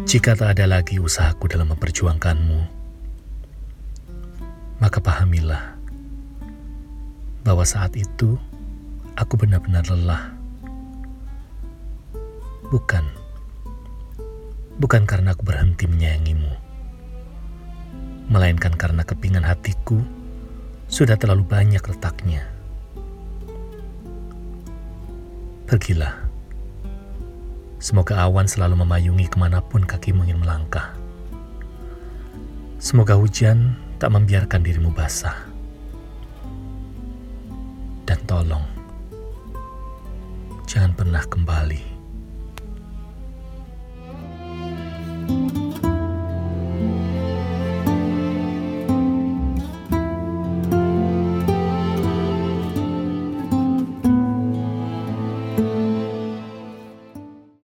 Jika tak ada lagi usahaku dalam memperjuangkanmu, maka pahamilah bahwa saat itu aku benar-benar lelah. Bukan karena aku berhenti menyayangimu, melainkan karena kepingan hatiku sudah terlalu banyak letaknya. Pergilah. Semoga awan selalu memayungi kemanapun kakimu ingin melangkah. Semoga hujan tak membiarkan dirimu basah. Dan tolong, jangan pernah kembali.